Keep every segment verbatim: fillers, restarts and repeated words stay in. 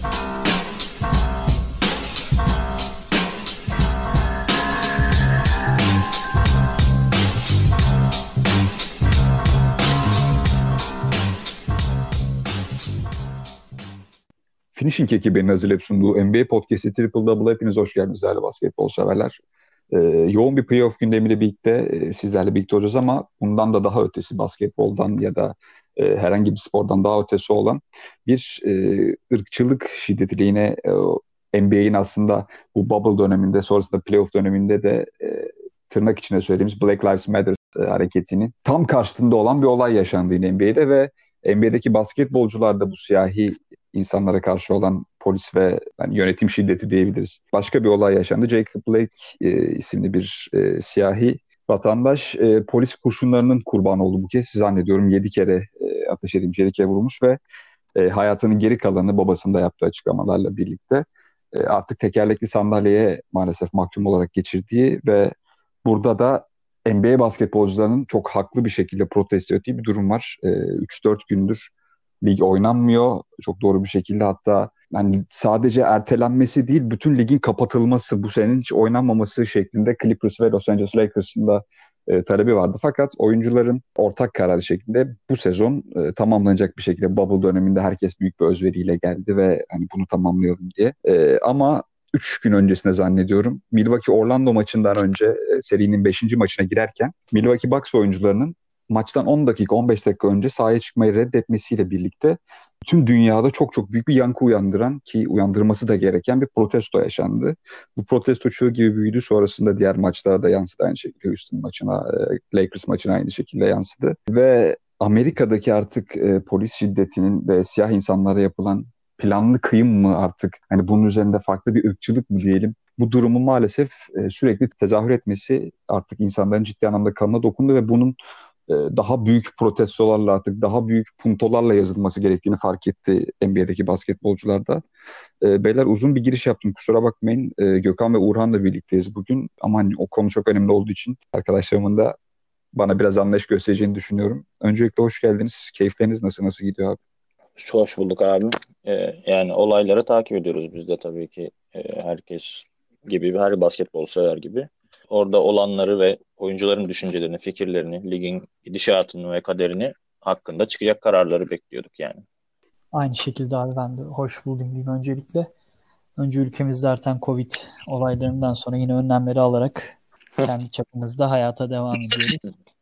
Finishing ekibinin hazırlayıp sunduğu N B A Podcast'i Triple Double'a hepiniz hoş geldiniz değerli basketbol severler. Ee, yoğun bir playoff gündemiyle birlikte e, sizlerle birlikte olacağız ama bundan da daha ötesi basketboldan ya da e, herhangi bir spordan daha ötesi olan bir e, ırkçılık şiddetiyle yine e, N B A'in aslında bu bubble döneminde sonrasında playoff döneminde de e, tırnak içinde söylediğimiz Black Lives Matter e, hareketinin tam karşısında olan bir olay yaşandı yine N B A'de ve N B A'deki basketbolcular da bu siyahi insanlara karşı olan polis ve yani yönetim şiddeti diyebiliriz. Başka bir olay yaşandı. Jacob Blake e, isimli bir e, siyahi vatandaş e, polis kurşunlarının kurbanı oldu bu kez. Zannediyorum yedi kere e, ateş edilmiş, yedi kere vurulmuş ve e, hayatının geri kalanını babasının da yaptığı açıklamalarla birlikte e, artık tekerlekli sandalyeye maalesef mahkum olarak geçirdiği ve burada da N B A basketbolcularının çok haklı bir şekilde protesto ettiği bir durum var. E, üç dört gündür lig oynanmıyor. Çok doğru bir şekilde hatta yani sadece ertelenmesi değil bütün ligin kapatılması bu senenin hiç oynanmaması şeklinde Clippers ve Los Angeles Lakers'ın da e, talebi vardı. Fakat oyuncuların ortak kararı şeklinde bu sezon e, tamamlanacak bir şekilde bubble döneminde herkes büyük bir özveriyle geldi ve hani bunu tamamlayalım diye. E, ama üç gün öncesinde zannediyorum Milwaukee Orlando maçından önce e, serinin beşinci maçına girerken Milwaukee Bucks oyuncularının maçtan on dakika on beş dakika önce sahaya çıkmayı reddetmesiyle birlikte bütün dünyada çok çok büyük bir yankı uyandıran ki uyandırması da gereken bir protesto yaşandı. Bu protesto çığ gibi büyüdü. Sonrasında diğer maçlara da yansıdı aynı şekilde. Houston maçına, Lakers maçına aynı şekilde yansıdı. Ve Amerika'daki artık e, polis şiddetinin ve siyah insanlara yapılan planlı kıyım mı artık hani bunun üzerinde farklı bir ırkçılık mı diyelim. Bu durumun maalesef e, sürekli tezahür etmesi artık insanların ciddi anlamda kanına dokundu ve bunun daha büyük protestolarla artık daha büyük puntolarla yazılması gerektiğini fark etti N B A'deki basketbolcular da. E, beyler uzun bir giriş yaptım kusura bakmayın. E, Gökhan ve Uğurhan'la birlikteyiz bugün ama hani o konu çok önemli olduğu için arkadaşlarımın da bana biraz anlayış göstereceğini düşünüyorum. Öncelikle hoş geldiniz. Keyifleriniz nasıl nasıl gidiyor abi? Hoş bulduk abi. Ee, yani olayları takip ediyoruz biz de tabii ki. Ee, herkes gibi, her basketbol sever gibi. Orada olanları ve oyuncuların düşüncelerini, fikirlerini, ligin gidişatını ve kaderini hakkında çıkacak kararları bekliyorduk yani. Aynı şekilde abi ben de hoş buldum diyeyim öncelikle. Önce ülkemizde artan Covid olaylarından sonra yine önlemleri alarak kendi çapımızda hayata devam ediyoruz.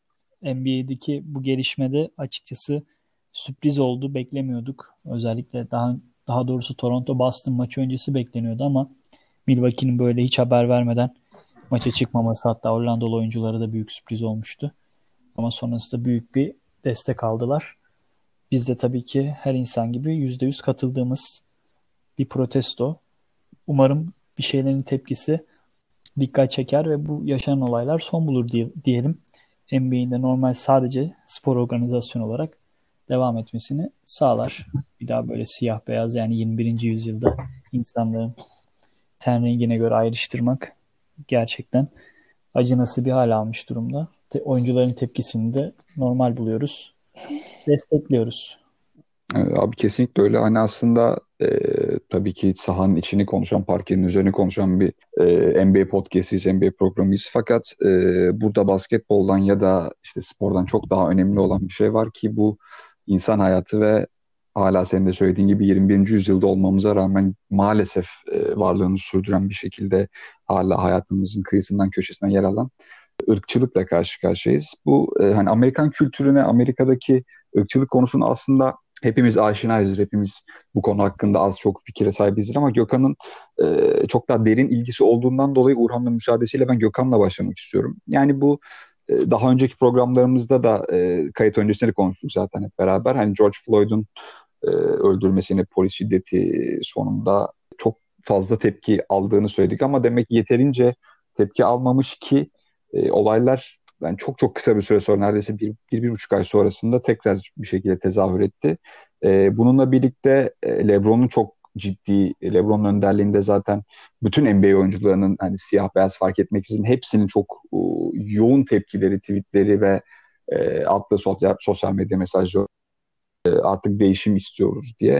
N B A'deki bu gelişmede açıkçası sürpriz oldu, beklemiyorduk. Özellikle daha daha doğrusu Toronto Boston maçı öncesi bekleniyordu ama Milwaukee'nin böyle hiç haber vermeden maça çıkmaması, hatta Orlando'lu oyunculara da büyük sürpriz olmuştu. Ama sonrasında büyük bir destek aldılar. Biz de tabii ki her insan gibi yüzde yüz katıldığımız bir protesto. Umarım bir şeylerin tepkisi dikkat çeker ve bu yaşanan olaylar son bulur diye, diyelim. N B A'in de normal sadece spor organizasyonu olarak devam etmesini sağlar. Bir daha böyle siyah beyaz yani yirmi birinci yüzyılda insanların ten rengine göre ayrıştırmak gerçekten acınası bir hal almış durumda. Te- oyuncuların tepkisini de normal buluyoruz. Destekliyoruz. Abi kesinlikle öyle. Hani aslında e, tabii ki sahanın içini konuşan, parkenin üzerine konuşan bir e, N B A podcast'iyiz, N B A programıyız. Fakat e, burada basketboldan ya da işte spordan çok daha önemli olan bir şey var ki bu insan hayatı ve hala senin de söylediğin gibi yirmi birinci yüzyılda olmamıza rağmen maalesef e, varlığını sürdüren bir şekilde hala hayatımızın kıyısından köşesinden yer alan ırkçılıkla karşı karşıyayız. Bu e, hani Amerikan kültürüne, Amerika'daki ırkçılık konusunu aslında hepimiz aşinayızdır. Hepimiz bu konu hakkında az çok fikire sahibizdir ama Gökhan'ın e, çok daha derin ilgisi olduğundan dolayı Urhan'la müsaadesiyle ben Gökhan'la başlamak istiyorum. Yani bu e, daha önceki programlarımızda da e, kayıt öncesinde konuştuk zaten hep beraber. Hani George Floyd'un e, öldürülmesini, polis şiddeti sonunda çok fazla tepki aldığını söyledik ama demek ki yeterince tepki almamış ki e, olaylar yani çok çok kısa bir süre sonra neredeyse bir, bir, bir buçuk ay sonrasında tekrar bir şekilde tezahür etti. E, bununla birlikte e, LeBron'un çok ciddi, LeBron'un önderliğinde zaten bütün N B A oyuncularının hani siyah beyaz fark etmeksizin hepsinin çok uh, yoğun tepkileri, tweetleri ve e, attığı sosyal, sosyal medya mesajları e, artık değişim istiyoruz diye.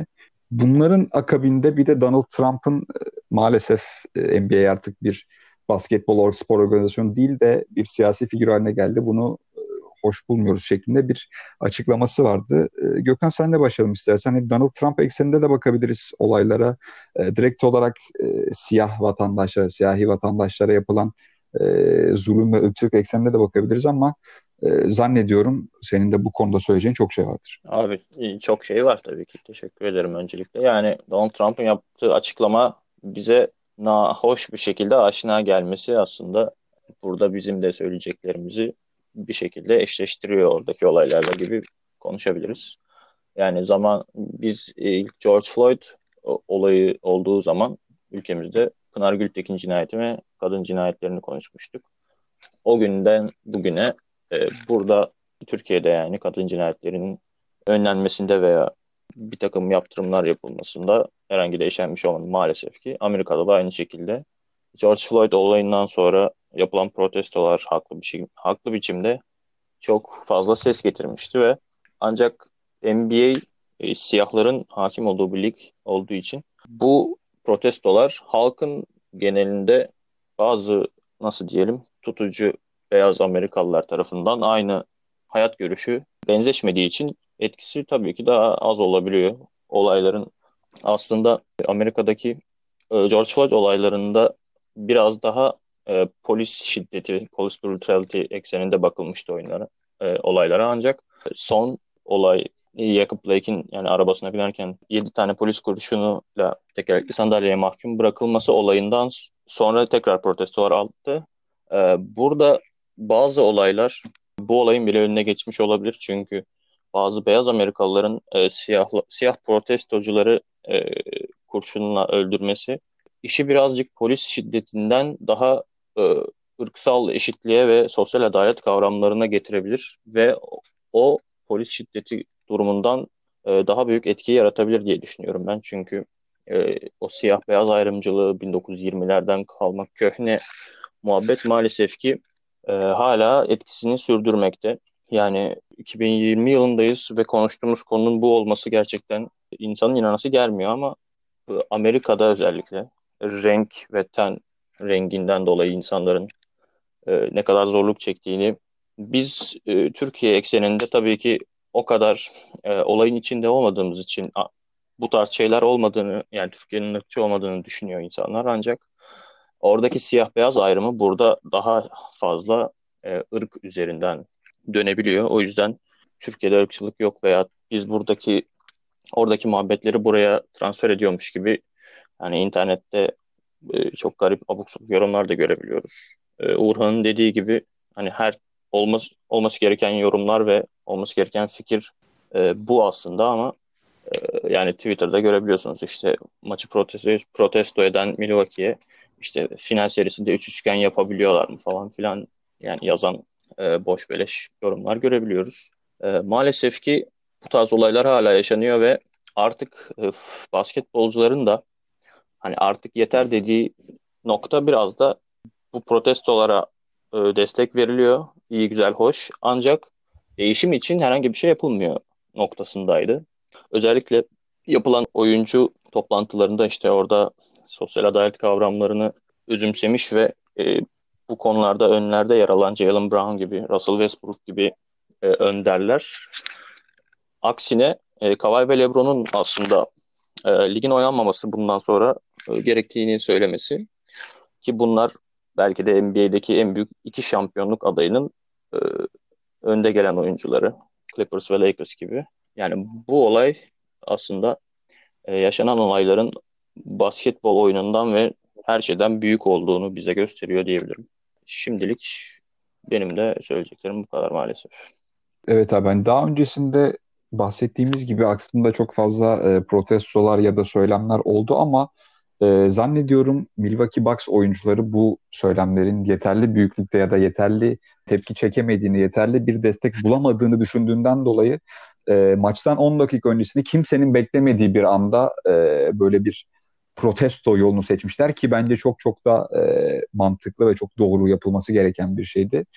Bunların akabinde bir de Donald Trump'ın e, maalesef e, N B A artık bir basketbol or spor organizasyonu değil de bir siyasi figür haline geldi. Bunu e, hoş bulmuyoruz şeklinde bir açıklaması vardı. E, Gökhan senle başlayalım istersen. Hani Donald Trump ekseninde de bakabiliriz olaylara. E, direkt olarak e, siyah vatandaşlara, siyahi vatandaşlara yapılan e, zulüm ve ırkçılık ekseninde de bakabiliriz ama e, zannediyorum senin de bu konuda söyleyeceğin çok şey vardır. Abi e, çok şey var tabii ki. Teşekkür ederim öncelikle. Yani Donald Trump'ın yaptığı açıklama bize nahoş bir şekilde aşina gelmesi aslında burada bizim de söyleyeceklerimizi bir şekilde eşleştiriyor oradaki olaylarla gibi konuşabiliriz. Yani zaman biz e, ilk George Floyd o- olayı olduğu zaman ülkemizde Pınar Gültekin cinayeti ve kadın cinayetlerini konuşmuştuk. O günden bugüne e, burada Türkiye'de yani kadın cinayetlerinin önlenmesinde veya bir takım yaptırımlar yapılmasında herhangi değişen bir şey olmadı maalesef ki. Amerika'da da aynı şekilde George Floyd olayından sonra yapılan protestolar haklı bir şey, haklı biçimde çok fazla ses getirmişti ve ancak N B A e, siyahların hakim olduğu bir lig olduğu için bu protestolar halkın genelinde bazı nasıl diyelim tutucu beyaz Amerikalılar tarafından aynı hayat görüşü benzeşmediği için etkisi tabii ki daha az olabiliyor. Olayların aslında Amerika'daki e, George Floyd olaylarında biraz daha e, polis şiddeti, polis brutality ekseninde bakılmıştı oyunlara, e, olaylara ancak son olay Jacob Blake'in yani arabasına binerken yedi tane polis kurşunuyla tekerlekli sandalyeye mahkum bırakılması olayından sonra tekrar protestolar arttı. E, burada bazı olaylar bu olayın bile önüne geçmiş olabilir çünkü bazı beyaz Amerikalıların e, siyah siyah protestocuları e, kurşunla öldürmesi işi birazcık polis şiddetinden daha e, ırksal eşitliğe ve sosyal adalet kavramlarına getirebilir ve o, o polis şiddeti durumundan e, daha büyük etki yaratabilir diye düşünüyorum ben. Çünkü e, o siyah beyaz ayrımcılığı bin dokuz yüz yirmilerden kalma köhne muhabbet maalesef ki e, hala etkisini sürdürmekte. Yani iki bin yirmi yılındayız ve konuştuğumuz konunun bu olması gerçekten insanın inanası gelmiyor ama e, Amerika'da özellikle renk ve ten renginden dolayı insanların e, ne kadar zorluk çektiğini biz e, Türkiye ekseninde tabii ki o kadar e, olayın içinde olmadığımız için a, bu tarz şeyler olmadığını yani Türkiye'nin ırkçı olmadığını düşünüyor insanlar ancak oradaki siyah beyaz ayrımı burada daha fazla e, ırk üzerinden dönebiliyor. O yüzden Türkiye'de ırkçılık yok veya biz buradaki oradaki muhabbetleri buraya transfer ediyormuş gibi yani internette e, çok garip abuk sabuk yorumlar da görebiliyoruz. E, Uğurhan'ın dediği gibi hani her olması olması gereken yorumlar ve olması gereken fikir e, bu aslında ama e, yani Twitter'da görebiliyorsunuz işte maçı protesto, protesto eden Milwaukee'ye işte final serisinde üç üçgen yapabiliyorlar mı falan filan yani yazan e, boş beleş yorumlar görebiliyoruz. E, maalesef ki bu tarz olaylar hala yaşanıyor ve artık e, basketbolcuların da hani artık yeter dediği nokta biraz da bu protestolara e, destek veriliyor. İyi güzel hoş. Ancak değişim için herhangi bir şey yapılmıyor noktasındaydı. Özellikle yapılan oyuncu toplantılarında işte orada sosyal adalet kavramlarını özümsemiş ve e, bu konularda önlerde yer alan Jaylen Brown gibi, Russell Westbrook gibi e, önderler. Aksine e, Kawhi ve LeBron'un aslında e, ligin oynanmaması bundan sonra e, gerektiğini söylemesi ki bunlar belki de N B A'deki en büyük iki şampiyonluk adayının e, önde gelen oyuncuları Clippers ve Lakers gibi. Yani bu olay aslında e, yaşanan olayların basketbol oyunundan ve her şeyden büyük olduğunu bize gösteriyor diyebilirim. Şimdilik benim de söyleyeceklerim bu kadar maalesef. Evet abi hani daha öncesinde bahsettiğimiz gibi aslında çok fazla e, protestolar ya da söylemler oldu ama e, zannediyorum Milwaukee Bucks oyuncuları bu söylemlerin yeterli büyüklükte ya da yeterli tepki çekemediğini, yeterli bir destek bulamadığını düşündüğünden dolayı e, maçtan on dakika öncesinde kimsenin beklemediği bir anda e, böyle bir protesto yolunu seçmişler ki bence çok çok da e, mantıklı ve çok doğru yapılması gereken bir şeydi.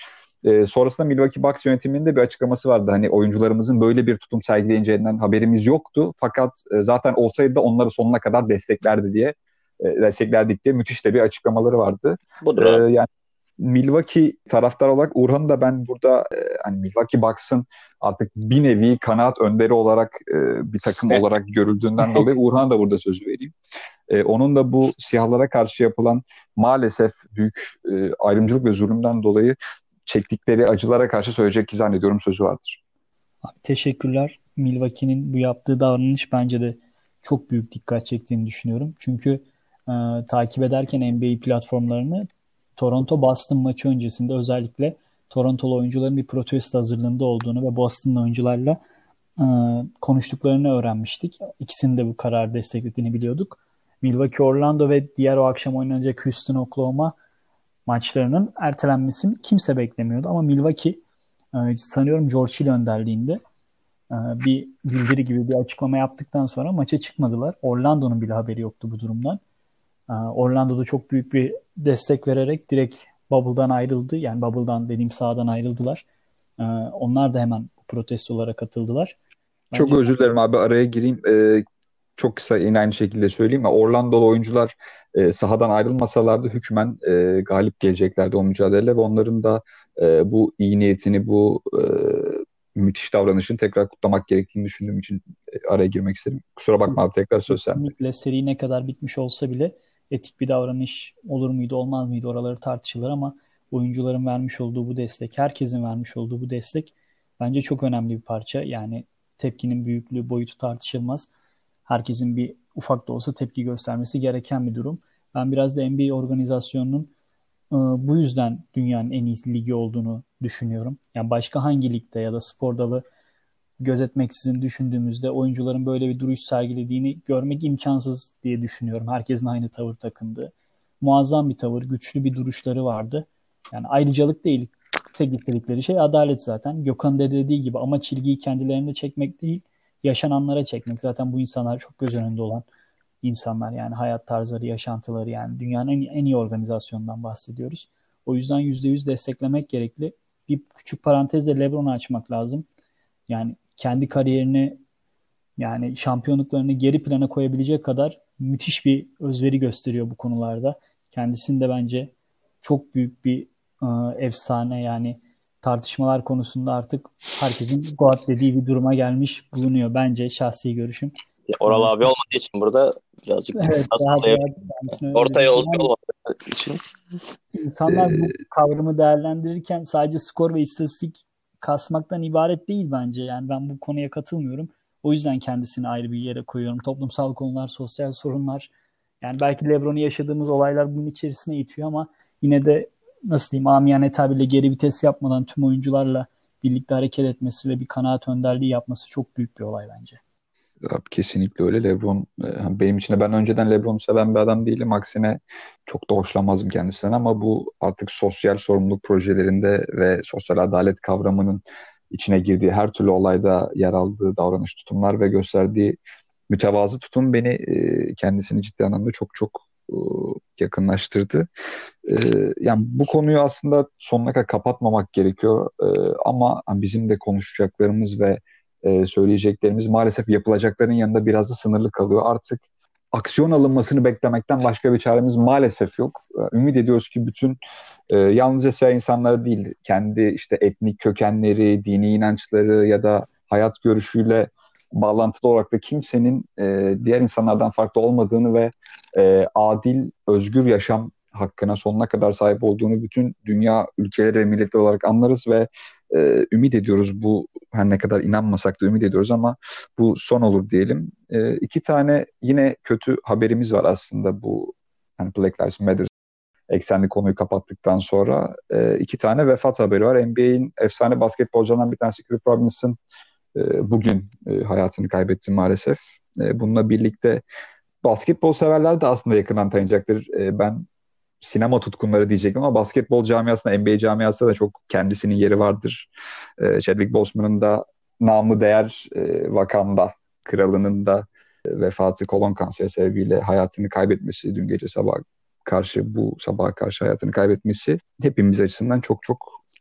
E, sonrasında Milwaukee Bucks yönetiminin de bir açıklaması vardı. Hani oyuncularımızın böyle bir tutum sergileyeceğinden haberimiz yoktu. Fakat e, zaten olsaydı da onları sonuna kadar desteklerdi diye e, desteklerdik diye müthiş de bir açıklamaları vardı. Budur E, abi. yani Milwaukee taraftar olarak Urhan'ı da ben burada e, hani Milwaukee Bucks'ın artık bir nevi kanaat önderi olarak e, bir takım olarak görüldüğünden dolayı Urhan'a da burada sözü vereyim. E, onun da bu siyahlara karşı yapılan maalesef büyük e, ayrımcılık ve zulümden dolayı çektikleri acılara karşı söyleyecek ki zannediyorum sözü vardır. Abi, teşekkürler. Milwaukee'nin bu yaptığı davranış bence de çok büyük dikkat çektiğini düşünüyorum. Çünkü e, takip ederken N B A platformlarını Toronto-Boston maçı öncesinde özellikle Torontolu oyuncuların bir protesto hazırlığında olduğunu ve Boston'lı oyuncularla e, konuştuklarını öğrenmiştik. İkisinin de bu kararı desteklediğini biliyorduk. Milwaukee, Orlando ve diğer o akşam oynanacak Houston, Oklahoma maçlarının ertelenmesini kimse beklemiyordu. Ama Milwaukee e, sanıyorum George Hill önderliğinde e, bir bildiri gibi bir açıklama yaptıktan sonra maça çıkmadılar. Orlando'nun bile haberi yoktu bu durumdan. E, Orlando'da çok büyük bir destek vererek direkt Bubble'dan ayrıldı. Yani Bubble'dan dediğim sahadan ayrıldılar. E, onlar da hemen protestolara katıldılar. Çok Bence özür dilerim abi, araya gireyim. Ee, çok kısa yine aynı şekilde söyleyeyim. Orlando'lu oyuncular e, sahadan ayrılmasalardı hükmen e, galip geleceklerdi o mücadele ve onların da e, bu iyi niyetini, bu e, müthiş davranışını tekrar kutlamak gerektiğini düşündüğüm için e, araya girmek istedim. Kusura bakma abi, tekrar söz sende. kesinlikle seri ne kadar bitmiş olsa bile etik bir davranış olur muydu olmaz mıydı oraları tartışılır ama oyuncuların vermiş olduğu bu destek, herkesin vermiş olduğu bu destek bence çok önemli bir parça. Yani tepkinin büyüklüğü, boyutu tartışılmaz. Herkesin bir ufak da olsa tepki göstermesi gereken bir durum. Ben biraz da N B A organizasyonunun e, bu yüzden dünyanın en iyi ligi olduğunu düşünüyorum. Yani başka hangi ligde ya da spor dalı gözetmeksizin düşündüğümüzde oyuncuların böyle bir duruş sergilediğini görmek imkansız diye düşünüyorum. Herkesin aynı tavır takındığı. Muazzam bir tavır, güçlü bir duruşları vardı. Yani ayrıcalık değil. Tek istedikleri şey adalet zaten. Gökhan da dediği gibi amaç ilgiyi kendilerine çekmek değil, yaşananlara çekmek. Zaten bu insanlar çok göz önünde olan insanlar. Yani hayat tarzları, yaşantıları, yani dünyanın en, en iyi organizasyonundan bahsediyoruz. O yüzden yüzde yüz desteklemek gerekli. Bir küçük parantezle LeBron'u açmak lazım. Yani kendi kariyerini, yani şampiyonluklarını geri plana koyabilecek kadar müthiş bir özveri gösteriyor bu konularda. Kendisinde bence çok büyük bir e, efsane, yani tartışmalar konusunda artık herkesin Goat dediği bir duruma gelmiş bulunuyor. Bence şahsi görüşüm. Oral abi olmadığı için burada birazcık Evet, rahat rahat kendisine öyle orta yol düşünen olmadığı için. insanlar bu Ee, kavramı değerlendirirken sadece skor ve istatistik kasmaktan ibaret değil bence. Yani ben bu konuya katılmıyorum. O yüzden kendisini ayrı bir yere koyuyorum. Toplumsal konular, sosyal sorunlar. Yani belki LeBron'u yaşadığımız olaylar bunun içerisine itiyor ama yine de nasıl diyeyim, amiyane tabirle geri vites yapmadan tüm oyuncularla birlikte hareket etmesi ve bir kanaat önderliği yapması çok büyük bir olay bence. Abi kesinlikle öyle. LeBron e, benim için de, ben önceden LeBron'u seven bir adam değilim. Aksine çok da hoşlanmazdım kendisinden ama bu artık sosyal sorumluluk projelerinde ve sosyal adalet kavramının içine girdiği her türlü olayda yer aldığı davranış, tutumlar ve gösterdiği mütevazı tutum beni e, kendisini ciddi anlamda çok çok e, yakınlaştırdı. E, yani bu konuyu aslında sonuna kadar kapatmamak gerekiyor. E, ama bizim de konuşacaklarımız ve e, söyleyeceklerimiz maalesef yapılacakların yanında biraz da sınırlı kalıyor. Artık aksiyon alınmasını beklemekten başka bir çaremiz maalesef yok. E, ümit ediyoruz ki bütün e, yalnızca siyah insanlar değil, kendi işte etnik kökenleri, dini inançları ya da hayat görüşüyle bağlantılı olarak da kimsenin e, diğer insanlardan farklı olmadığını ve e, adil, özgür yaşam hakkına sonuna kadar sahip olduğunu bütün dünya ülkeleri ve milletleri olarak anlarız ve e, ümit ediyoruz. Bu her ne kadar inanmasak da ümit ediyoruz ama bu son olur diyelim. E, iki tane yine kötü haberimiz var aslında bu hani Black Lives Matter eksenli konuyu kapattıktan sonra. E, iki tane vefat haberi var. N B A'in efsane basketbolcularından bir tanesi Cliff Robinson e, bugün e, hayatını kaybetti maalesef. E, bununla birlikte basketbol severler de aslında yakından tanıyacaktır. E, ben sinema tutkunları diyecektim ama basketbol camiasında, N B A camiasında da çok kendisinin yeri vardır. E, Chadwick Boseman'ın da namı değer e, Wakanda kralının da e, vefatı, kolon kanseri sebebiyle hayatını kaybetmesi, dün gece sabah karşı bu sabaha karşı hayatını kaybetmesi hepimiz açısından çok çok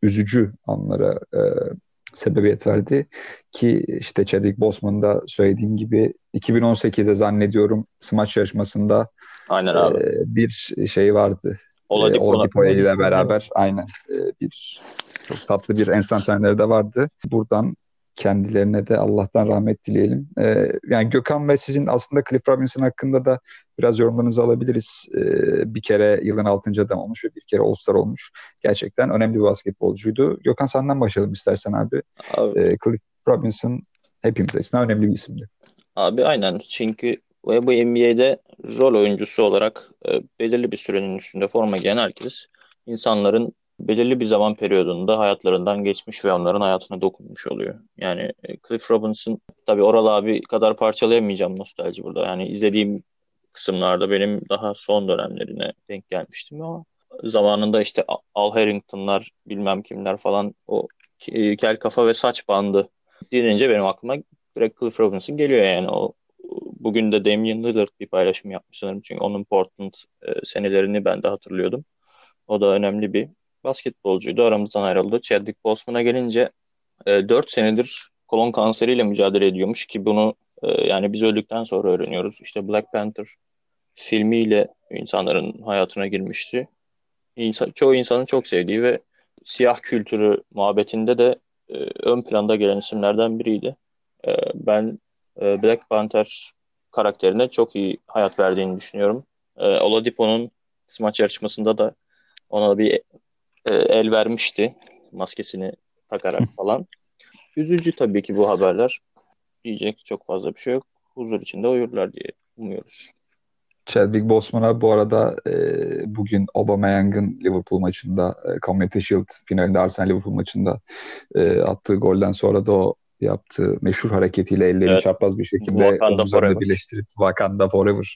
üzücü anlara e, sebebiyet verdi. Ki işte Chadwick Boseman'ın da söylediğim gibi iki bin on sekizde zannediyorum smaç yarışmasında Aynen e, abi. bir şey vardı. E, Oladipo Oladipo ile Oladipo, beraber evet. aynen e, bir çok tatlı bir enstantaneleri de vardı. Buradan kendilerine de Allah'tan rahmet dileyelim. E, yani Gökhan ve sizin aslında Cliff Robinson hakkında da biraz yorumlarınızı alabiliriz. E, bir kere yılın altıncı adam olmuş ve bir kere All-Star olmuş. Gerçekten önemli bir basketbolcuydu. Gökhan senden başlayalım istersen abi. Abi, E, Cliff Robinson hepimiz açısından önemli bir isimdi. abi aynen çünkü ve bu N B A'de rol oyuncusu olarak e, belirli bir sürenin üstünde forma giyen herkes insanların belirli bir zaman periyodunda hayatlarından geçmiş ve onların hayatına dokunmuş oluyor. Yani e, Cliff Robinson tabii Oral abi kadar parçalayamayacağım nostalji burada. Yani izlediğim kısımlarda benim daha son dönemlerine denk gelmiştim ama zamanında işte Al Al Harrington'lar bilmem kimler falan o ke- kel kafa ve saç bandı denince benim aklıma direkt Cliff Robinson geliyor yani o bugün de Damian Lillard bir paylaşım yapmış sanırım çünkü onun Portland e, senelerini ben de hatırlıyordum. O da önemli bir basketbolcuydu. Aramızdan ayrıldı. Chadwick Boseman'a gelince e, dört senedir kolon kanseriyle mücadele ediyormuş ki bunu e, yani biz öldükten sonra öğreniyoruz. İşte Black Panther filmiyle insanların hayatına girmişti. İnsan, çoğu insanın çok sevdiği ve siyah kültürü muhabbetinde de e, ön planda gelen isimlerden biriydi. E, ben e, Black Panther karakterine çok iyi hayat verdiğini düşünüyorum. E, Oladipo'nun smaç yarışmasında da ona bir e, el vermişti maskesini takarak falan. Üzücü tabii ki bu haberler. Diyecek çok fazla bir şey yok. Huzur içinde uyurlar diye umuyoruz. Chadwick Boseman'a bu arada e, bugün Aubameyang'ın Liverpool maçında e, Community Shield finalinde Arsenal Liverpool maçında e, attığı golden sonra da o yaptığı meşhur hareketiyle ellerini Evet, çapraz bir şekilde Wakanda omuzlarını Forever. birleştirip Wakanda Forever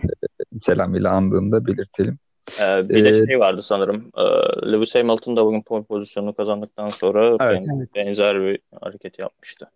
selamıyla andığını da belirtelim. Ee, bir de E, şey vardı sanırım. Ee, Lewis Hamilton da bugün pole pozisyonunu kazandıktan sonra evet, ben, Evet. benzer bir hareket yapmıştı.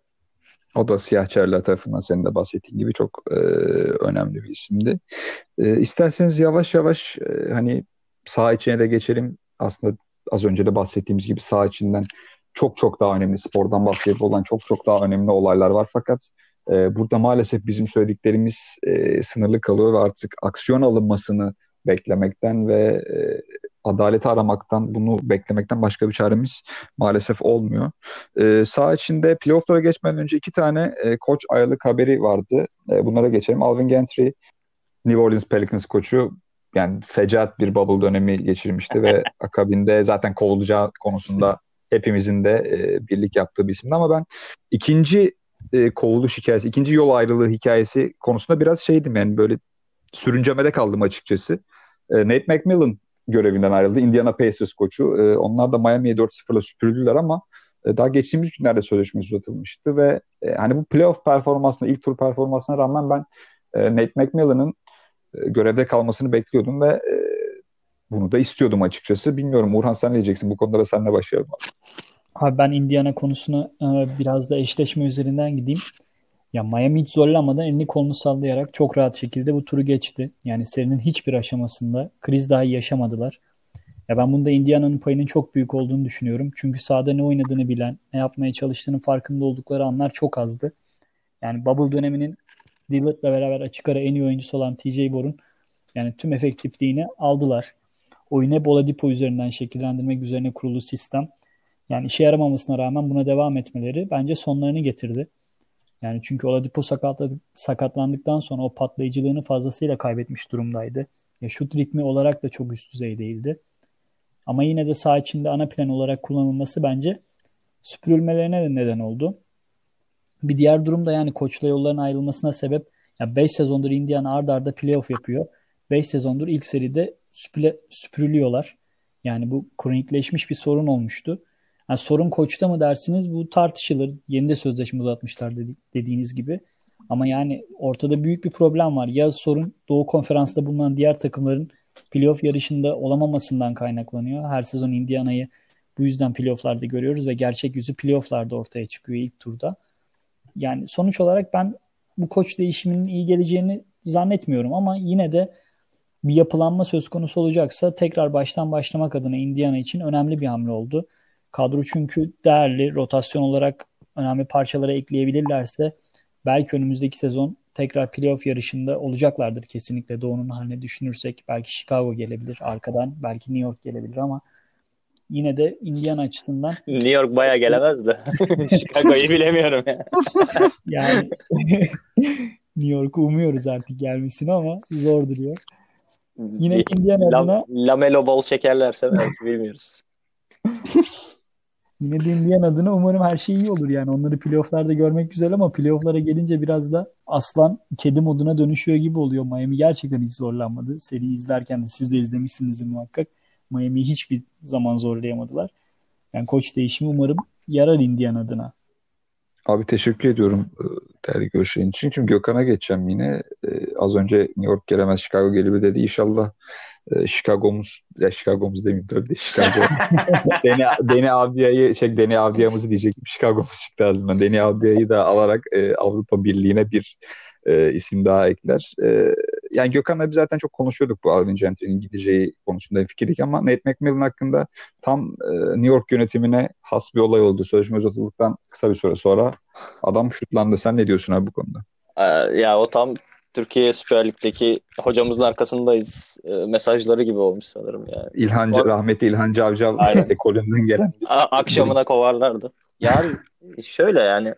o da siyah çayırlar tarafından senin de bahsettiğin gibi çok e, önemli bir isimdi. E, isterseniz yavaş yavaş e, hani saha içine de geçelim. Aslında az önce de bahsettiğimiz gibi saha içinden çok çok daha önemli, spordan basketboldan çok çok daha önemli olaylar var. Fakat e, burada maalesef bizim söylediklerimiz e, sınırlı kalıyor ve artık aksiyon alınmasını beklemekten ve e, adaleti aramaktan, bunu beklemekten başka bir çaremiz maalesef olmuyor. E, saha içinde playofflara geçmeden önce iki tane e, koç ayrılık haberi vardı. E, bunlara geçelim. Alvin Gentry New Orleans Pelicans koçu yani fecaat bir bubble dönemi geçirmişti ve akabinde zaten kovulacağı konusunda hepimizin de e, birlik yaptığı bir isimdi ama ben ikinci e, kovuluş hikayesi, ikinci yol ayrılığı hikayesi konusunda biraz şeydim yani böyle sürüncemede kaldım açıkçası. E, Nate McMillan görevinden ayrıldı. Indiana Pacers koçu. E, onlar da Miami'ye dört sıfırla süpürdüler ama e, daha geçtiğimiz günlerde sözleşmesi uzatılmıştı ve e, hani bu playoff performansına, ilk tur performansına rağmen ben e, Nate McMillan'ın e, görevde kalmasını bekliyordum ve e, bunu da istiyordum açıkçası. Bilmiyorum Urhan sen ne diyeceksin? Bu konuda da seninle başlayalım. Abi ben Indiana konusuna e, biraz da eşleşme üzerinden gideyim. Ya Miami hiç zorlamadan elini kolunu sallayarak çok rahat şekilde bu turu geçti. Yani serinin hiçbir aşamasında kriz dahi yaşamadılar. Ya ben bunda Indiana'nın payının çok büyük olduğunu düşünüyorum. Çünkü sahada ne oynadığını bilen, ne yapmaya çalıştığının farkında oldukları anlar çok azdı. Yani Bubble döneminin Lillard'la beraber açık ara en iyi oyuncusu olan T J Warren yani tüm efektifliğini aldılar. Oyunu hep Oladipo üzerinden şekillendirmek üzerine kurulu sistem. Yani işe yaramamasına rağmen buna devam etmeleri bence sonlarını getirdi. Yani çünkü Oladipo sakatladı, sakatlandıktan sonra o patlayıcılığını fazlasıyla kaybetmiş durumdaydı. Ya şut ritmi olarak da çok üst düzey değildi. Ama yine de saha içinde ana plan olarak kullanılması bence süpürülmelerine de neden oldu. Bir diğer durum da yani koçla yolların ayrılmasına sebep. Ya beş sezondur Indiana arda arda playoff yapıyor. beş sezondur ilk seride süpüle, süpürülüyorlar. Yani bu kronikleşmiş bir sorun olmuştu. Yani sorun koçta mı dersiniz? Bu tartışılır. Yeni de sözleşme uzatmışlar dedi, dediğiniz gibi. Ama yani ortada büyük bir problem var. Ya sorun Doğu Konferans'ta bulunan diğer takımların playoff yarışında olamamasından kaynaklanıyor. Her sezon Indiana'yı bu yüzden playoff'larda görüyoruz ve gerçek yüzü playoff'larda ortaya çıkıyor ilk turda. Yani sonuç olarak ben bu koç değişiminin iyi geleceğini zannetmiyorum ama yine de bir yapılanma söz konusu olacaksa tekrar baştan başlamak adına Indiana için önemli bir hamle oldu. Kadro çünkü değerli. Rotasyon olarak önemli parçalara ekleyebilirlerse belki önümüzdeki sezon tekrar playoff yarışında olacaklardır kesinlikle. Doğu'nun halini düşünürsek belki Chicago gelebilir arkadan. Belki New York gelebilir ama yine de Indiana açısından New York bayağı gelemez de. Chicago'yu bilemiyorum ya. yani New York'u umuyoruz artık gelmesini ama zor duruyor. Yine Bir Indiana Lam- adına Lamelo Ball çekerlerse belki bilmiyoruz. yine de Indiana adına umarım her şey iyi olur yani. Onları playoff'larda görmek güzel ama playoff'lara gelince biraz da aslan kedi moduna dönüşüyor gibi oluyor. Miami gerçekten hiç zorlanmadı. Seriyi izlerken de siz de izlemişsinizdir muhakkak. Miami'yi hiçbir zaman zorlayamadılar. Yani koç değişimi umarım yarar Indiana adına. Abi teşekkür ediyorum e, değerli görüşlerin için. Şimdi Gökhan'a geçeceğim yine. E, az önce New York gelemez, Chicago geliyor dedi. İnşallah e, Chicago'muz, ya Chicago'muz demeyeyim tabii de Chicago. Deni, Deni Avdia'yı, şey Deni Avdia'mızı diyecektim. Chicago'muz çıktı ağzımdan. Deni Avdia'yı da alarak e, Avrupa Birliği'ne bir e, isim daha ekler. E, yani Gökhan'la biz zaten çok konuşuyorduk bu Alvin Gentry'nin gideceği konusunda fikirdik ama Nate McMillan hakkında tam e, New York yönetimine has bir olay oldu. Sözleşme uzatıldıktan kısa bir süre sonra adam şutlandı. Sen ne diyorsun abi bu konuda? Ee, ya o tam Türkiye Süper Lig'deki hocamızın arkasındayız e, mesajları gibi olmuş sanırım yani. İlhan, O- rahmetli İlhan Cavcav Aynen. ekolünden gelen bir A- akşamına kovarlardı. Yani şöyle yani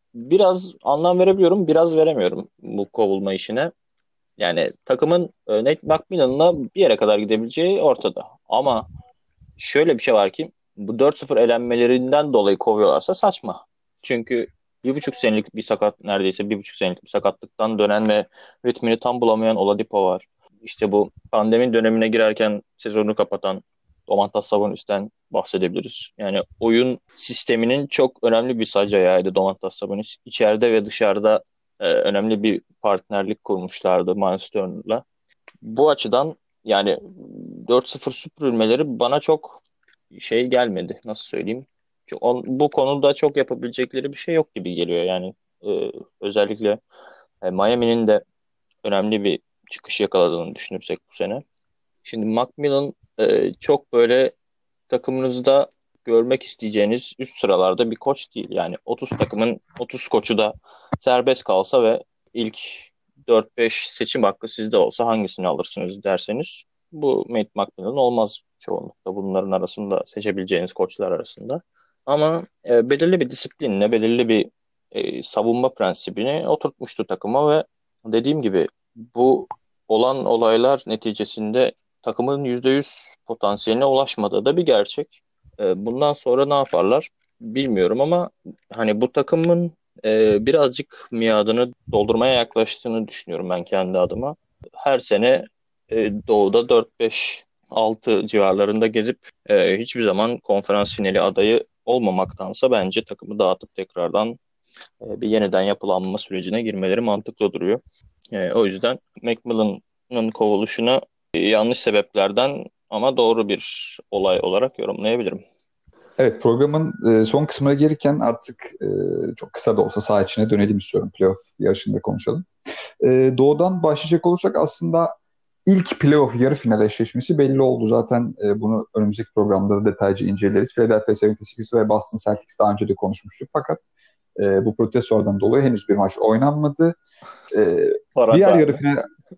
biraz anlam verebiliyorum, biraz veremiyorum bu kovulma işine. Yani takımın e, Nate McMillan'la bir yere kadar gidebileceği ortada. Ama şöyle bir şey var ki bu dört sıfır elenmelerinden dolayı kovuyorlarsa saçma. Çünkü bir buçuk senelik bir sakat, neredeyse bir buçuk senelik bir sakatlıktan dönen ve ritmini tam bulamayan Oladipo var. İşte bu pandemi dönemine girerken sezonu kapatan Domantas Sabonis'ten bahsedebiliriz. Yani oyun sisteminin çok önemli bir sac ayağıydı Domantas Sabonis. İçeride ve dışarıda e, önemli bir partnerlik kurmuşlardı Miles Turner'la. Bu açıdan yani dört sıfır süpürülmeleri bana çok şey gelmedi. Nasıl söyleyeyim? Çok, on, bu konuda çok yapabilecekleri bir şey yok gibi geliyor. Yani e, özellikle e, Miami'nin de önemli bir çıkış yakaladığını düşünürsek bu sene. Şimdi Macmillan e, çok böyle takımınızda görmek isteyeceğiniz üst sıralarda bir koç değil. Yani otuz takımın otuz koçu da serbest kalsa ve ilk dört beş seçim hakkı sizde olsa hangisini alırsınız derseniz bu Nate McMillan olmaz çoğunlukla bunların arasında seçebileceğiniz koçlar arasında. Ama e, belirli bir disiplinle, belirli bir e, savunma prensibini oturtmuştu takıma ve dediğim gibi bu olan olaylar neticesinde takımın yüzde yüz potansiyeline ulaşmadığı da bir gerçek. E, bundan sonra ne yaparlar bilmiyorum ama hani bu takımın e, birazcık miadını doldurmaya yaklaştığını düşünüyorum ben kendi adıma. Her sene e, doğuda dört beş altı civarlarında gezip e, hiçbir zaman konferans finali adayı olmamaktansa bence takımı dağıtıp tekrardan e, bir yeniden yapılanma sürecine girmeleri mantıklı duruyor. E, o yüzden McMillan'ın kovuluşuna e, yanlış sebeplerden ama doğru bir olay olarak yorumlayabilirim. Evet, programın e, son kısmına gelirken artık e, çok kısa da olsa saha içine dönelim istiyorum. Playoff yarışında konuşalım. E, Doğu'dan başlayacak olursak aslında ilk playoff yarı final eşleşmesi belli oldu. Zaten e, bunu önümüzdeki programda da detaylıca inceleriz. Philadelphia yetmiş sekiz ve Boston Celtics daha önce de konuşmuştuk. Fakat e, bu protestolardan dolayı henüz bir maç oynanmadı. E, diğer yarı final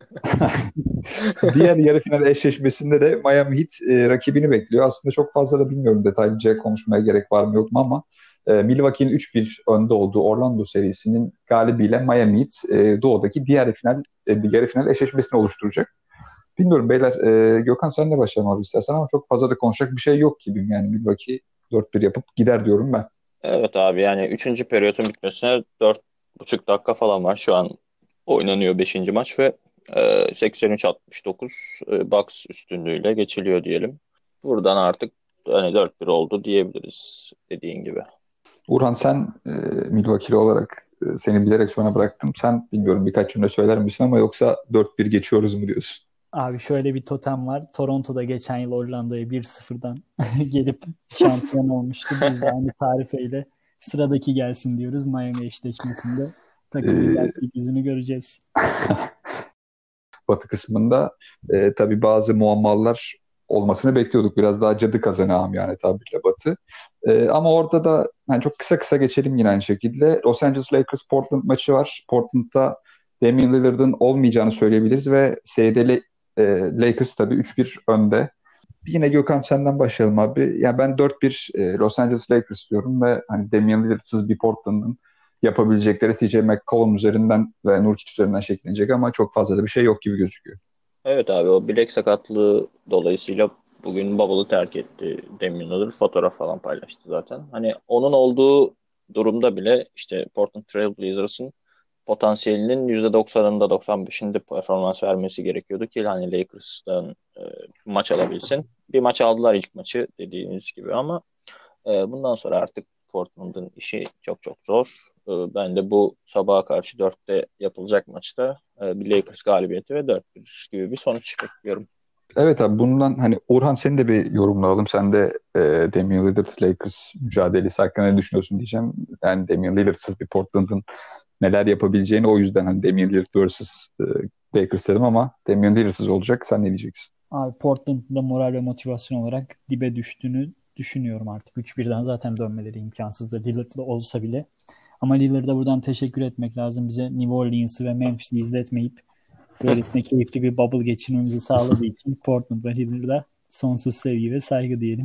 diğer yarı final eşleşmesinde de Miami Heat e, rakibini bekliyor. Aslında çok fazla da bilmiyorum, detaylıca konuşmaya gerek var mı yok mu ama e, Milwaukee'nin üç bir önde olduğu Orlando serisinin galibiyle Miami Heat e, doğudaki diğer final e, yarı final eşleşmesini oluşturacak. Bilmiyorum beyler, e, Gökhan senle başlayalım abi istersen ama çok fazla da konuşacak bir şey yok gibi. Yani Milwaukee dört bir yapıp gider diyorum ben. Evet abi yani üçüncü periyotun bitmesine dört buçuk dakika falan var. Şu an oynanıyor beşinci maç ve e, seksen üç altmış dokuz e, Bucks üstünlüğüyle geçiliyor diyelim. Buradan artık hani dört bir oldu diyebiliriz dediğin gibi. Urhan sen e, Milwaukee'li olarak e, seni bilerek sona bıraktım. Sen bilmiyorum birkaç cümle söyler misin ama yoksa dört bir geçiyoruz mu diyorsun? Abi şöyle bir totem var. Toronto'da geçen yıl Orlando'ya bir sıfırdan gelip şampiyon olmuştu. Biz de aynı tarifeyle sıradaki gelsin diyoruz Miami eşleşmesinde. Takımın E, gerçek yüzünü göreceğiz. Batı kısmında e, tabii bazı muammalar olmasını bekliyorduk. Biraz daha cadı kazanı amiyane tabirle Batı. E, ama orada da yani çok kısa kısa geçelim yine aynı şekilde. Los Angeles Lakers Portland maçı var. Portland'da Damian Lillard'ın olmayacağını söyleyebiliriz ve seride e, Lakers tabii üç bir önde. Yine Gökhan senden başlayalım abi. Yani ben dört bir e, Los Angeles Lakers diyorum ve hani Damian Lillard'sız bir Portland'ın yapabilecekleri C J McCollum üzerinden ve Nurkic üzerinden şekillenecek ama çok fazla da bir şey yok gibi gözüküyor. Evet abi, o bilek sakatlığı dolayısıyla bugün bubble'ı terk etti Damian Lillard. Fotoğraf falan paylaştı zaten. Hani onun olduğu durumda bile işte Portland Trail Blazers'ın potansiyelinin yüzde doksanında doksan beşinde performans vermesi gerekiyordu ki hani Lakers'tan e, maç alabilsin. Bir maç aldılar, ilk maçı dediğiniz gibi, ama e, bundan sonra artık Portland'ın işi çok çok zor. E, ben de bu sabaha karşı dörtte yapılacak maçta e, bir Lakers galibiyeti ve dört bir gibi bir sonuç bekliyorum. Evet abi, bundan hani Orhan seni de bir yorumlayalım. Sen de e, Damian Lillard Lakers mücadelesi hakkında ne düşünüyorsun diyeceğim. Yani Damian Lillard'sız bir Portland'ın neler yapabileceğini, o yüzden hani Damian Lillard versus e, Lakers dedim ama Damian Lillard'sız olacak. Sen ne diyeceksin? Abi Portland'ın da moral ve motivasyon olarak dibe düştüğünü düşünüyorum artık. üç birden zaten dönmeleri imkansızdı Lillard'la olsa bile. Ama Lillard'a buradan teşekkür etmek lazım. Bize New Orleans'ı ve Memphis'i izletmeyip böylesine keyifli bir bubble geçirmemizi sağladığı için Portland ve Lillard'a sonsuz sevgi ve saygı diyelim.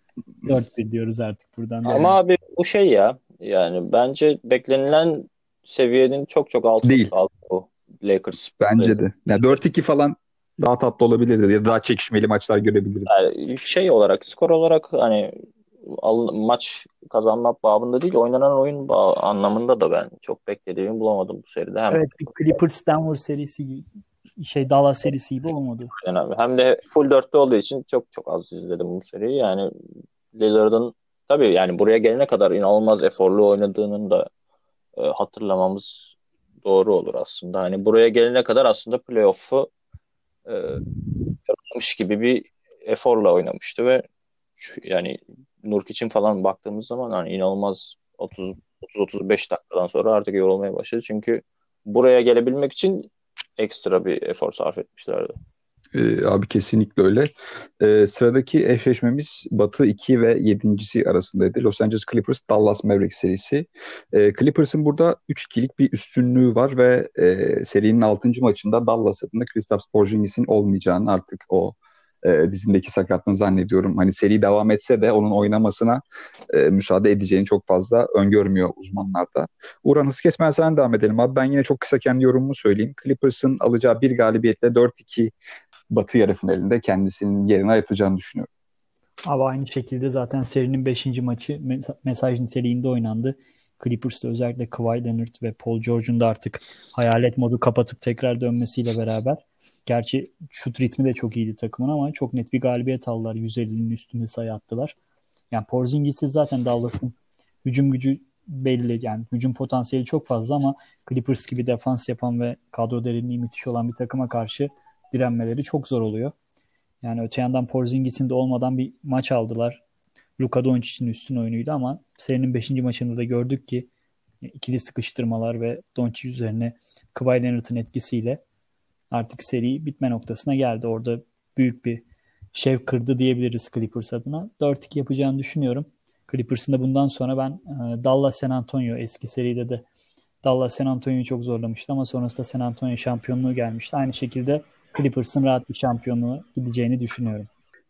dört bir diyoruz artık buradan. Ama Devam. abi bu şey ya, yani bence beklenilen seviyenin çok çok altında Değil. kaldı bu Lakers. Bence de. Yani dört iki falan daha tatlı olabilirdi ya da daha çekişmeli maçlar görebilirdik. Yani şey olarak, skor olarak hani al, maç kazanmak babında değil, oynanan oyun ba- anlamında da ben çok beklediğimi bulamadım bu seride. Hem Evet, bir Clippers Denver serisi gibi, şey Dallas serisi gibi olmadı. yani abi, hem de full dörtte olduğu için çok çok az izledim bu seriyi. Yani Lillard'ın tabii yani buraya gelene kadar inanılmaz eforlu oynadığının da e, hatırlamamız doğru olur aslında. Hani buraya gelene kadar aslında playoff'u e, yapmış gibi bir eforla oynamıştı ve şu- yani Nurkic'in falan baktığımız zaman hani inanılmaz otuz otuz otuz beş dakikadan sonra artık yorulmaya başladı. Çünkü buraya gelebilmek için ekstra bir efor sarf etmişlerdi. Ee, abi kesinlikle öyle. Ee, sıradaki eşleşmemiz Batı iki ve yedincisi arasındaydı. Los Angeles Clippers Dallas Mavericks serisi. Ee, Clippers'ın burada üç ikilik bir üstünlüğü var ve e, serinin altıncı maçında Dallas adına Kristaps Porzingis'in olmayacağını, artık o e, dizindeki sakatlığını zannediyorum. Hani seri devam etse de onun oynamasına e, müsaade edeceğini çok fazla öngörmüyor uzmanlar da. Uğran, hız kesmezden devam edelim abi. Ben yine çok kısa kendi yorumumu söyleyeyim. Clippers'ın alacağı bir galibiyetle dört iki Batı yarı finalinde kendisinin yerine ayırtacağını düşünüyorum. Abi aynı şekilde zaten serinin beşinci maçı mes- mesaj niteliğinde oynandı. Clippers'ta özellikle Kawhi Leonard ve Paul George'un da artık hayalet modu kapatıp tekrar dönmesiyle beraber, gerçi şut ritmi de çok iyiydi takımın ama çok net bir galibiyet aldılar. yüz ellinin üstünde sayı attılar. Yani Porzingis'iz zaten Dallas'ın hücum gücü belli, yani hücum potansiyeli çok fazla ama Clippers gibi defans yapan ve kadro derinliği müthiş olan bir takıma karşı direnmeleri çok zor oluyor. Yani öte yandan Porzingis'in de olmadan bir maç aldılar. Luka Doncic'in üstün oyunuydu ama serinin beşinci maçında da gördük ki ikili sıkıştırmalar ve Doncic üzerine Kawhi Leonard'ın etkisiyle artık seri bitme noktasına geldi. Orada büyük bir şev kırdı diyebiliriz Clippers adına. dört iki yapacağını düşünüyorum. Clippers'ın da bundan sonra ben Dallas San Antonio, eski seride de Dallas San Antonio'yu çok zorlamıştı ama sonrasında San Antonio şampiyonluğu gelmişti. Aynı şekilde Clippers'ın rahat bir şampiyonluğu gideceğini düşünüyorum.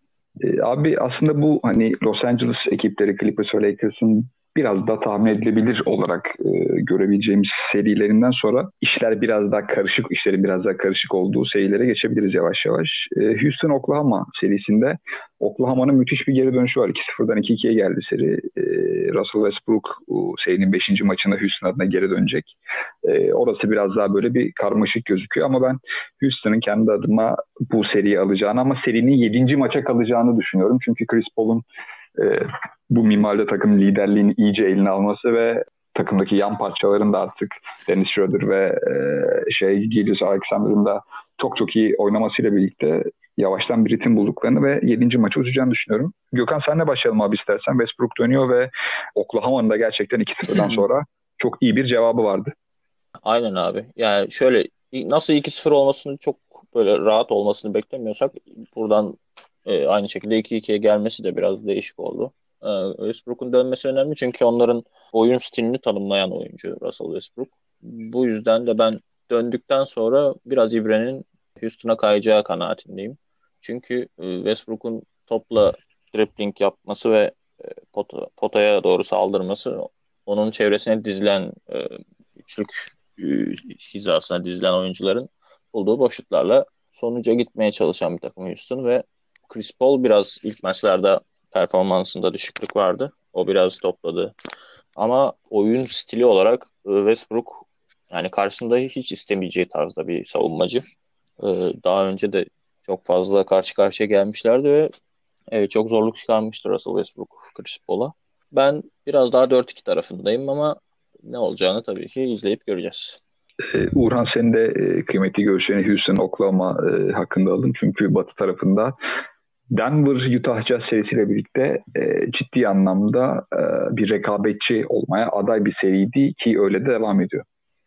E, abi aslında bu hani Los Angeles ekipleri Clippers ve Lakers'ın biraz da tahmin edilebilir olarak e, görebileceğimiz serilerinden sonra işler biraz daha karışık, işlerin biraz daha karışık olduğu serilere geçebiliriz yavaş yavaş. E, Houston Oklahoma serisinde Oklahoma'nın müthiş bir geri dönüşü var. iki sıfırdan iki ikiye geldi seri. E, Russell Westbrook o serinin beşinci maçında Houston adına geri dönecek. E, orası biraz daha böyle bir karmaşık gözüküyor ama ben Houston'ın kendi adıma bu seriyi alacağını ama serinin yedinci maça kalacağını düşünüyorum. Çünkü Chris Paul'un e, bu mimarlı takım liderliğini iyice eline alması ve takımdaki yan parçaların da artık Dennis Schroeder ve e, şey Gilgeous Alexander'ın da çok çok iyi oynamasıyla birlikte yavaştan bir ritim bulduklarını ve yedinci maçı uzayacağını düşünüyorum. Gökhan, senle başlayalım abi istersen. Westbrook dönüyor ve Oklahoma'nın da gerçekten iki sıfırdan sonra çok iyi bir cevabı vardı. Aynen abi. Yani şöyle, nasıl iki sıfır olmasını, çok böyle rahat olmasını beklemiyorsak buradan E, aynı şekilde iki ikiye gelmesi de biraz değişik oldu. E, Westbrook'un dönmesi önemli çünkü onların oyun stilini tanımlayan oyuncu Russell Westbrook. Bu yüzden de ben döndükten sonra biraz ibrenin Houston'a kayacağı kanaatindeyim. Çünkü e, Westbrook'un topla dribbling yapması ve e, pota, potaya doğru saldırması onun çevresine dizilen e, üçlük e, hizasına dizilen oyuncuların bulduğu boşluklarla sonuca gitmeye çalışan bir takım Houston ve Chris Paul biraz ilk maçlarda performansında düşüklük vardı. O biraz topladı. Ama oyun stili olarak e, Westbrook yani karşısında hiç istemeyeceği tarzda bir savunmacı. E, Daha önce de çok fazla karşı karşıya gelmişlerdi ve evet, çok zorluk çıkarmıştı Russell Westbrook Chris Paul'a. Ben biraz daha dört iki tarafındayım ama ne olacağını tabii ki izleyip göreceğiz. Ee, Uğurhan senin de e, kıymetli görüşlerini Houston, Oklahoma e, hakkında aldım. Çünkü batı tarafında Denver Utah Jazz serisiyle birlikte e, ciddi anlamda e, bir rekabetçi olmaya aday bir seriydi ki öyle de devam ediyor.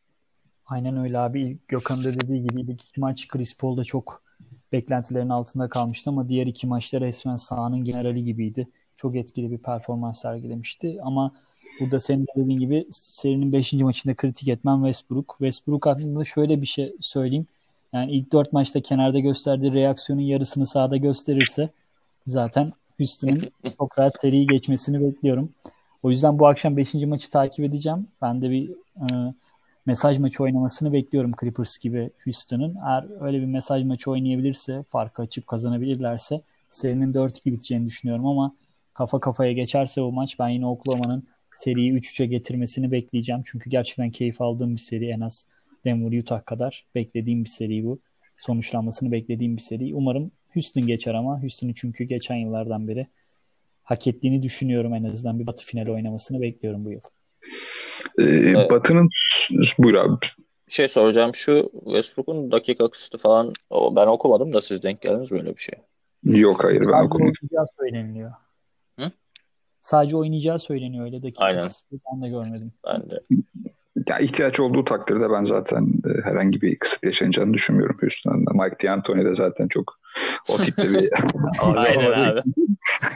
Aynen öyle abi. Gökhan'ın da dediği gibi ilk iki maç Chris Paul da çok beklentilerin altında kalmıştı ama diğer iki maçta resmen sahanın generali gibiydi. Çok etkili bir performans sergilemişti ama burada senin de dediğin gibi serinin beşinci maçında kritik etmen Westbrook. Westbrook hakkında şöyle bir şey söyleyeyim. Yani ilk dört maçta kenarda gösterdiği reaksiyonun yarısını sahada gösterirse zaten Houston'ın çok rahat seriyi geçmesini bekliyorum. O yüzden bu akşam beşinci maçı takip edeceğim. Ben de bir e, mesaj maçı oynamasını bekliyorum Clippers gibi Houston'ın. Eğer öyle bir mesaj maçı oynayabilirse, farkı açıp kazanabilirlerse serinin dört iki biteceğini düşünüyorum ama kafa kafaya geçerse o maç ben yine Oklahoma'nın seriyi üç üçe getirmesini bekleyeceğim. Çünkü gerçekten keyif aldığım bir seri, en az Denver Utah kadar beklediğim bir seri bu. Sonuçlanmasını beklediğim bir seri. Umarım Houston geçer ama Houston'ın çünkü geçen yıllardan beri hak ettiğini düşünüyorum, en azından bir Batı finali oynamasını bekliyorum bu yıl. Ee, Evet. Batı'nın buyur abi. Bir şey soracağım. Şu Westbrook'un dakika kısıtı falan o, ben okumadım da siz denk geldiniz mi öyle bir şey? Yok, hayır, ben Sadece okumadım. oynayacağı söyleniliyor. Hı? Sadece oynayacağı söyleniyor. Öyle dakika Aynen. kısıtlı ben de görmedim. Ben de. Ya ihtiyaç olduğu takdirde ben zaten e, herhangi bir kısıt yaşanacağını düşünmüyorum Houston'da. Mike D'Antoni de zaten çok o tipte bir abi Aynen olmadığı abi. için.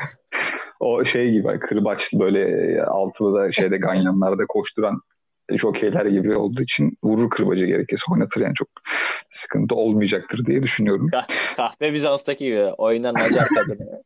O şey gibi hani kırbaçlı böyle e, altılı da şeyde ganyanlarda koşturan jokeyler gibi olduğu için vurur kırbacı, gerekirse oynatır, yani çok sıkıntı olmayacaktır diye düşünüyorum. Kah kahve Bizans'taki gibi oynanan acar kadını.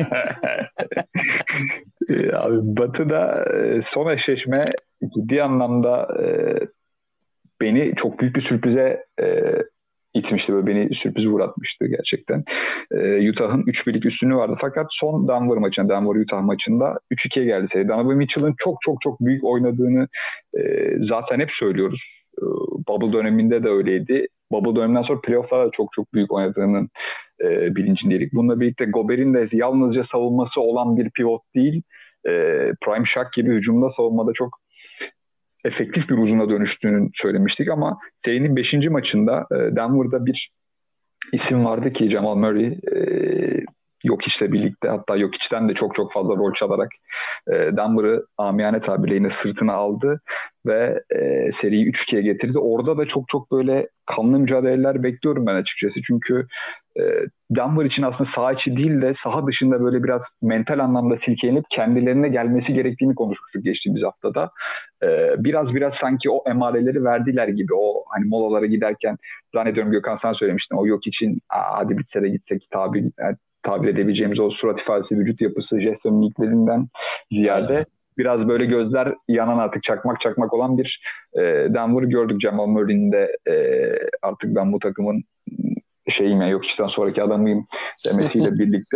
E, Abi Batı'da e, son eşleşme ciddi anlamda e, beni çok büyük bir sürprize e, itmişti. Böyle beni sürpriz uğratmıştı gerçekten. E, Utah'ın üç birlik üstünlüğü vardı. Fakat son Denver maçında, Denver-Utah maçında üç ikiye geldi seri. Donovan Mitchell'ın çok çok çok büyük oynadığını e, zaten hep söylüyoruz. E, Bubble döneminde de öyleydi. Bubble döneminden sonra playoff'larda da çok çok büyük oynadığının e, bilincindeydik. Bununla birlikte Gobert'in de yalnızca savunması olan bir pivot değil, e, Prime Shaq gibi hücumda, savunmada çok efektif bir uzuna dönüştüğünü söylemiştik ama serinin beşinci maçında e, Denver'da bir isim vardı ki Jamal Murray, e, Jokic'le birlikte, hatta Jokic'ten de çok çok fazla rol çalarak e, Denver'ı amiyane tabirle yine sırtına aldı ve e, seriyi üç ikiye getirdi. Orada da çok çok böyle kanlı mücadeleler bekliyorum ben açıkçası. Çünkü e, Denver için aslında saha içi değil de saha dışında böyle biraz mental anlamda silkelenip kendilerine gelmesi gerektiğini konuşmuştuk geçtiğimiz haftada. E, biraz biraz sanki o emareleri verdiler gibi. O hani molalara giderken, zannediyorum Gökhan sen söylemiştin, o yok için hadi bitse de gitsek tabir, yani, tabir edebileceğimiz o surat ifadesi, vücut yapısı, jest ve mimiklerinden ziyade evet, biraz böyle gözler yanan, artık çakmak çakmak olan bir e, Denver'ı gördük. Jamal Murray'nin de e, artık ben bu takımın şeyim ya, yok işten sonraki adamıyım demesiyle birlikte.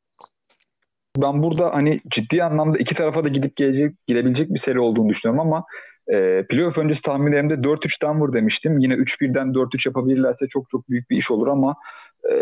Ben burada hani ciddi anlamda iki tarafa da gidip gelecek, gidebilecek bir seri olduğunu düşünüyorum ama e, playoff öncesi tahminlerimde dört üç Denver demiştim. Yine üç birden dört üç yapabilirlerse çok çok büyük bir iş olur ama e,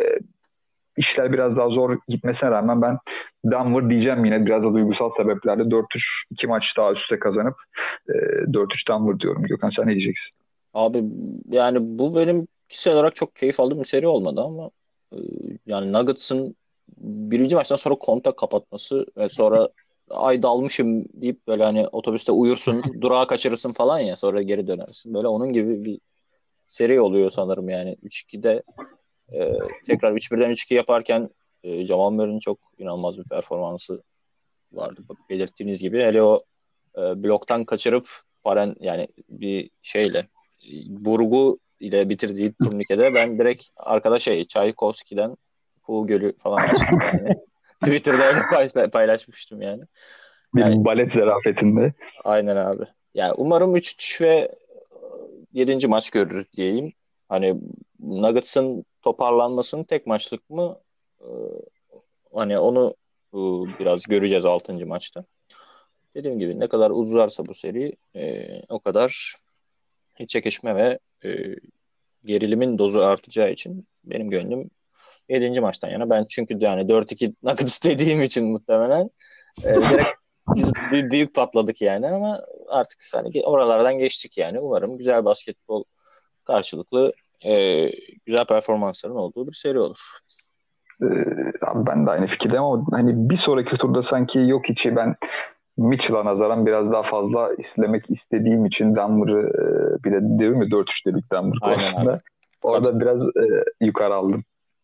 işler biraz daha zor gitmesine rağmen ben Denver diyeceğim, yine biraz da duygusal sebeplerle dört üç iki maç daha üstte kazanıp e, dört üç Denver diyorum. Gökhan sen ne diyeceksin? Abi yani bu benim kişisel olarak çok keyif aldığım bir seri olmadı ama e, yani Nuggets'ın birinci maçtan sonra kontak kapatması ve sonra ay dalmışım deyip böyle hani otobüste uyursun, durağı kaçırırsın falan ya, sonra geri dönersin. Böyle onun gibi bir seri oluyor sanırım yani. üç ikide e, tekrar üç birden üç iki yaparken e, Jamal Murray'nin çok inanılmaz bir performansı vardı. Belirttiğiniz gibi hele o e, bloktan kaçırıp paren yani bir şeyle e, burgu ile bitirdiği turnikede ben direkt arkada şey Çaykovski'den Kuğu Gölü falan açtım yani. Twitter'da öyle paylaş- paylaşmıştım yani. Bir Yani balet zarafetinde. aynen abi. Yani umarım üç üç ve yedinci maç görürüz diyeyim. Hani Nuggets'ın toparlanmasının tek maçlık mı? Ee, hani onu e, biraz göreceğiz altıncı maçta. Dediğim gibi ne kadar uzarsa bu seri e, o kadar çekişme ve e, gerilimin dozu artacağı için benim gönlüm yedinci maçtan yana. Ben çünkü yani dört iki Nuggets dediğim için muhtemelen e, direkt biz b- büyük patladık yani ama artık hani oralardan geçtik yani. Umarım güzel basketbol karşılıklı e, güzel performansların olduğu bir seri olur. Ee, abi ben de aynı fikirdeyim ama hani bir sonraki turda sanki yok içi ben Mitchell'a nazaran biraz daha fazla izlemek istediğim için Denver'ı e, bir de diyorum ya dört üç dedik Denver Aynen abi. konusunda. Orada Kat- biraz e, yukarı aldım.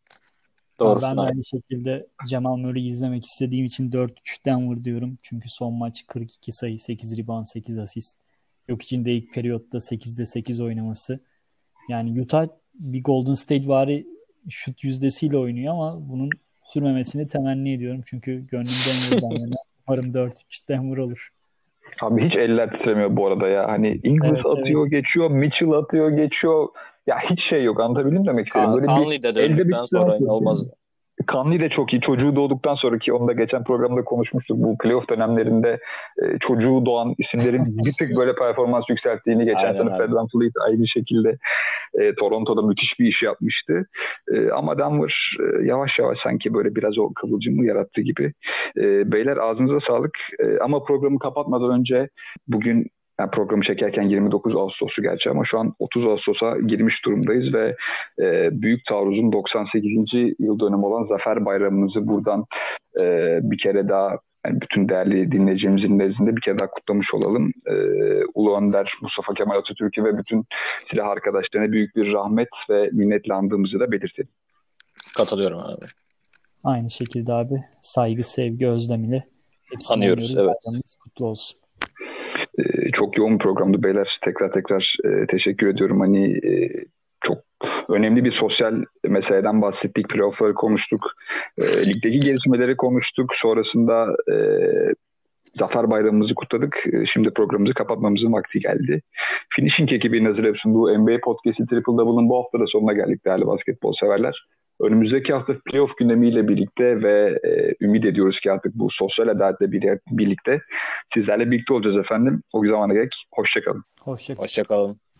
Abi Doğrusun ben de abi. aynı şekilde Jamal Murray'i izlemek istediğim için dört üç Denver diyorum. Çünkü son maç kırk iki sayı, sekiz rebound, sekiz asist. Yok için de ilk periyotta sekizde sekiz oynaması. Yani Utah bir Golden State vari şut yüzdesiyle oynuyor ama bunun sürmemesini temenni ediyorum. Çünkü gönlüm Denver'dan yana. Umarım dört üç Denver olur. Abi hiç eller titremiyor bu arada ya. Hani Ingles Evet, atıyor evet. geçiyor, Mitchell atıyor geçiyor. Ya hiç şey yok, anlatabildim demek istedim. Ka- Böyle bir Conley de elde bir döndükten sonra titremek yok inanılmaz. yani. Conley de çok iyi. Çocuğu doğduktan sonraki, onu da geçen programda konuşmuştuk. Bu playoff dönemlerinde e, çocuğu doğan isimlerin bir tık böyle performans yükselttiğini geçen Aynen sene abi. Fred VanVleet aynı şekilde e, Toronto'da müthiş bir iş yapmıştı. E, ama Denver e, yavaş yavaş sanki böyle biraz o kıvılcımı yarattı gibi. E, beyler ağzınıza sağlık. E, ama programı kapatmadan önce bugün yani programı çekerken yirmi dokuz Ağustos'u gerçi ama şu an otuz Ağustos'a girmiş durumdayız ve e, Büyük Taarruz'un doksan sekizinci yıl dönümü olan Zafer Bayramımızı buradan e, bir kere daha yani bütün değerli dinleyicilerimizin nezdinde bir kere daha kutlamış olalım. E, Ulu Önder Mustafa Kemal Atatürk'ü ve bütün silah arkadaşlarına büyük bir rahmet ve minnetle andığımızı da belirtelim. Katılıyorum abi. Aynı şekilde abi saygı, sevgi, özlem ile hepsini Anıyoruz, anıyoruz. evet. Bayramınız kutlu olsun. Ee, çok yoğun bir programdı beyler. Tekrar tekrar e, teşekkür ediyorum. Hani e, çok önemli bir sosyal meseleden bahsettik. Playoff'ları konuştuk. E, ligdeki gelişmeleri konuştuk. Sonrasında e, Zafer Bayramımızı kutladık. E, şimdi programımızı kapatmamızın vakti geldi. Finishing ekibinin hazırlayıp sunduğu N B A Podcast'i Triple Double'ın bu hafta da sonuna geldik değerli basketbol severler. Önümüzdeki hafta playoff gündemiyle birlikte ve e, ümit ediyoruz ki artık bu sosyal adaletle birlikte sizlerle birlikte olacağız efendim. O zamana dek hoşça kalın. Hoşça Hoşça kalın.